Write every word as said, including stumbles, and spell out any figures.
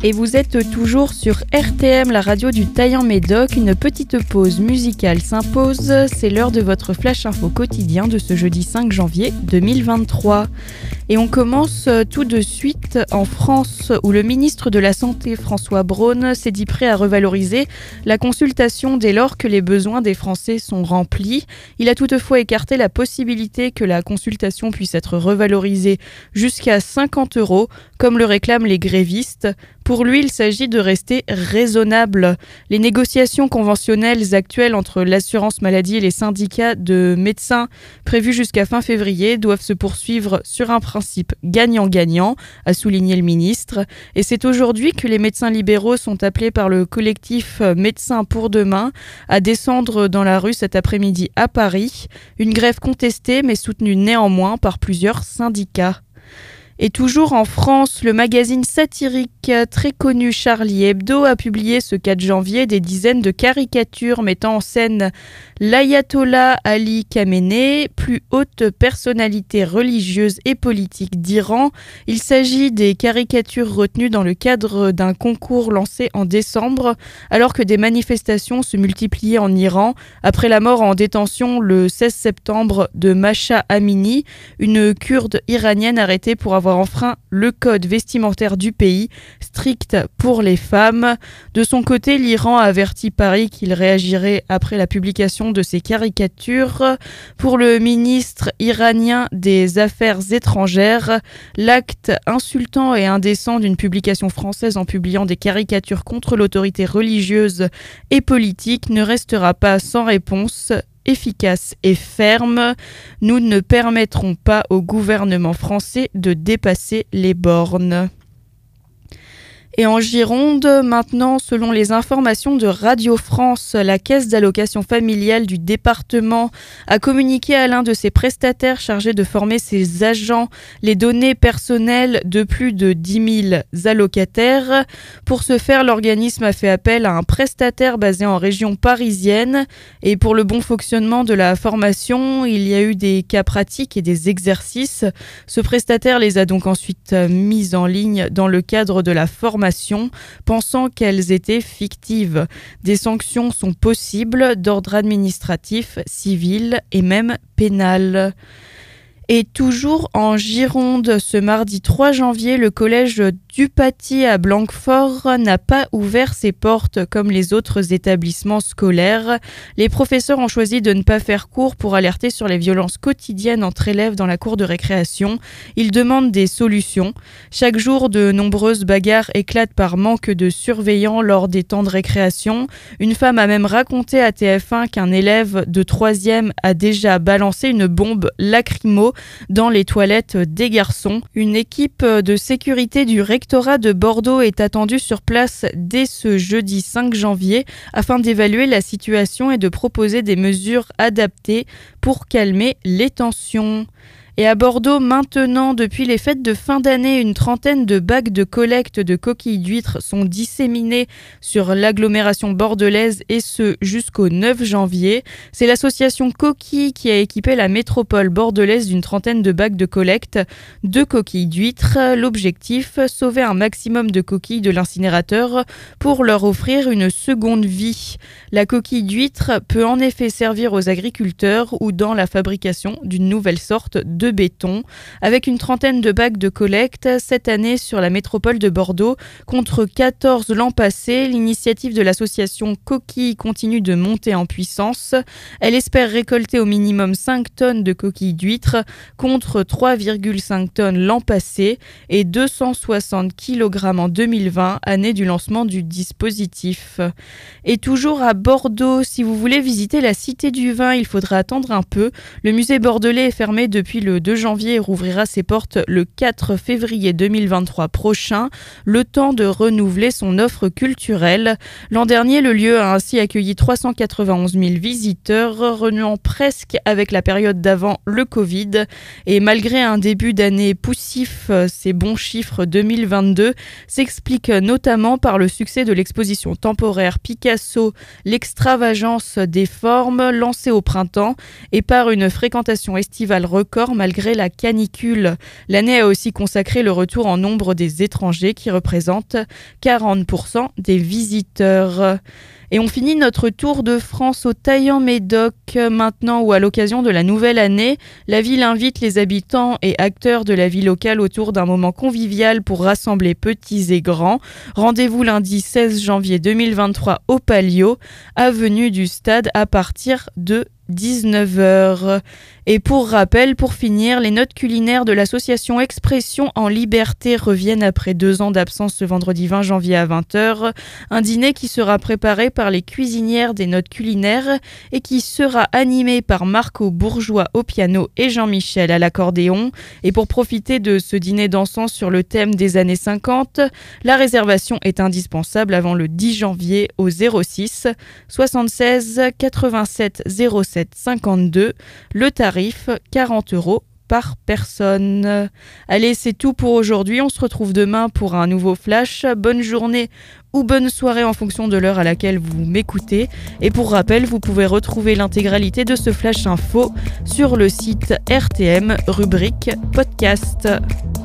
Et vous êtes toujours sur R T M, la radio du Taillan-Médoc. Une petite pause musicale s'impose. C'est l'heure de votre flash info quotidien de ce jeudi cinq janvier deux mille vingt-trois. Et on commence tout de suite en France, où le ministre de la Santé, François Braun, s'est dit prêt à revaloriser la consultation dès lors que les besoins des Français sont remplis. Il a toutefois écarté la possibilité que la consultation puisse être revalorisée jusqu'à cinquante euros, comme le réclament les grévistes. Pour lui, il s'agit de rester raisonnable. Les négociations conventionnelles actuelles entre l'assurance maladie et les syndicats de médecins prévues jusqu'à fin février doivent se poursuivre sur un principe gagnant-gagnant, a souligné le ministre. Et c'est aujourd'hui que les médecins libéraux sont appelés par le collectif Médecins pour demain à descendre dans la rue cet après-midi à Paris. Une grève contestée mais soutenue néanmoins par plusieurs syndicats. Et toujours en France, le magazine satirique très connu Charlie Hebdo a publié ce quatre janvier des dizaines de caricatures mettant en scène l'ayatollah Ali Khamenei, plus haute personnalité religieuse et politique d'Iran. Il s'agit des caricatures retenues dans le cadre d'un concours lancé en décembre, alors que des manifestations se multipliaient en Iran après la mort en détention le seize septembre de Mahsa Amini, une Kurde iranienne arrêtée pour avoir enfreint le code vestimentaire du pays, strict pour les femmes. De son côté, l'Iran a averti Paris qu'il réagirait après la publication de ces caricatures. Pour le ministre iranien des Affaires étrangères, l'acte insultant et indécent d'une publication française en publiant des caricatures contre l'autorité religieuse et politique ne restera pas sans réponse efficace et ferme. Nous ne permettrons pas au gouvernement français de dépasser les bornes. Et en Gironde, maintenant, selon les informations de Radio France, la caisse d'allocation familiale du département a communiqué à l'un de ses prestataires chargés de former ses agents les données personnelles de plus de dix mille allocataires. Pour ce faire, l'organisme a fait appel à un prestataire basé en région parisienne. Et pour le bon fonctionnement de la formation, il y a eu des cas pratiques et des exercices. Ce prestataire les a donc ensuite mis en ligne dans le cadre de la formation, pensant qu'elles étaient fictives. Des sanctions sont possibles d'ordre administratif, civil et même pénal. Et toujours en Gironde, ce mardi trois janvier, le collège du Paty à Blanquefort n'a pas ouvert ses portes comme les autres établissements scolaires. Les professeurs ont choisi de ne pas faire cours pour alerter sur les violences quotidiennes entre élèves dans la cour de récréation. Ils demandent des solutions. Chaque jour, de nombreuses bagarres éclatent par manque de surveillants lors des temps de récréation. Une femme a même raconté à T F un qu'un élève de troisième a déjà balancé une bombe lacrymo dans les toilettes des garçons. Une équipe de sécurité du rectorat de Bordeaux est attendue sur place dès ce jeudi cinq janvier afin d'évaluer la situation et de proposer des mesures adaptées pour calmer les tensions. Et à Bordeaux, maintenant, depuis les fêtes de fin d'année, une trentaine de bacs de collecte de coquilles d'huîtres sont disséminés sur l'agglomération bordelaise et ce jusqu'au neuf janvier. C'est l'association Coquilles qui a équipé la métropole bordelaise d'une trentaine de bacs de collecte de coquilles d'huîtres. L'objectif, sauver un maximum de coquilles de l'incinérateur pour leur offrir une seconde vie. La coquille d'huître peut en effet servir aux agriculteurs ou dans la fabrication d'une nouvelle sorte de béton. Avec une trentaine de bacs de collecte cette année sur la métropole de Bordeaux contre quatorze l'an passé, l'initiative de l'association Coquilles continue de monter en puissance. Elle espère récolter au minimum cinq tonnes de coquilles d'huîtres contre trois virgule cinq tonnes l'an passé et deux cent soixante kilogrammes en deux mille vingt, année du lancement du dispositif. Et toujours à Bordeaux, si vous voulez visiter la Cité du Vin, il faudra attendre un peu. Le musée bordelais est fermé depuis le deux janvier et rouvrira ses portes le quatre février deux mille vingt-trois prochain, le temps de renouveler son offre culturelle. L'an dernier, le lieu a ainsi accueilli trois cent quatre-vingt-onze mille visiteurs, renouant presque avec la période d'avant le Covid. Et malgré un début d'année poussif, ces bons chiffres deux mille vingt-deux s'expliquent notamment par le succès de l'exposition temporaire Picasso, l'extravagance des formes, lancée au printemps, et par une fréquentation estivale record malgré malgré la canicule. L'année a aussi consacré le retour en nombre des étrangers qui représentent quarante pour cent des visiteurs. Et on finit notre tour de France au Taillan-Médoc maintenant où à l'occasion de la nouvelle année, la ville invite les habitants et acteurs de la vie locale autour d'un moment convivial pour rassembler petits et grands. Rendez-vous lundi seize janvier deux mille vingt-trois au Palio, avenue du Stade à partir de dix-neuf heures. Et pour rappel, pour finir, les notes culinaires de l'association Expression en Liberté reviennent après deux ans d'absence ce vendredi vingt janvier à vingt heures. Un dîner qui sera préparé par les cuisinières des notes culinaires et qui sera animé par Marco Bourgeois au piano et Jean-Michel à l'accordéon. Et pour profiter de ce dîner dansant sur le thème des années cinquante, la réservation est indispensable avant le dix janvier au zéro six soixante-seize quatre-vingt-sept zéro sept cinquante-deux, le tarif quarante euros par personne. Allez, c'est tout pour aujourd'hui. On se retrouve demain pour un nouveau flash. Bonne journée ou bonne soirée en fonction de l'heure à laquelle vous m'écoutez. Et pour rappel, vous pouvez retrouver l'intégralité de ce flash info sur le site R T M, rubrique podcast.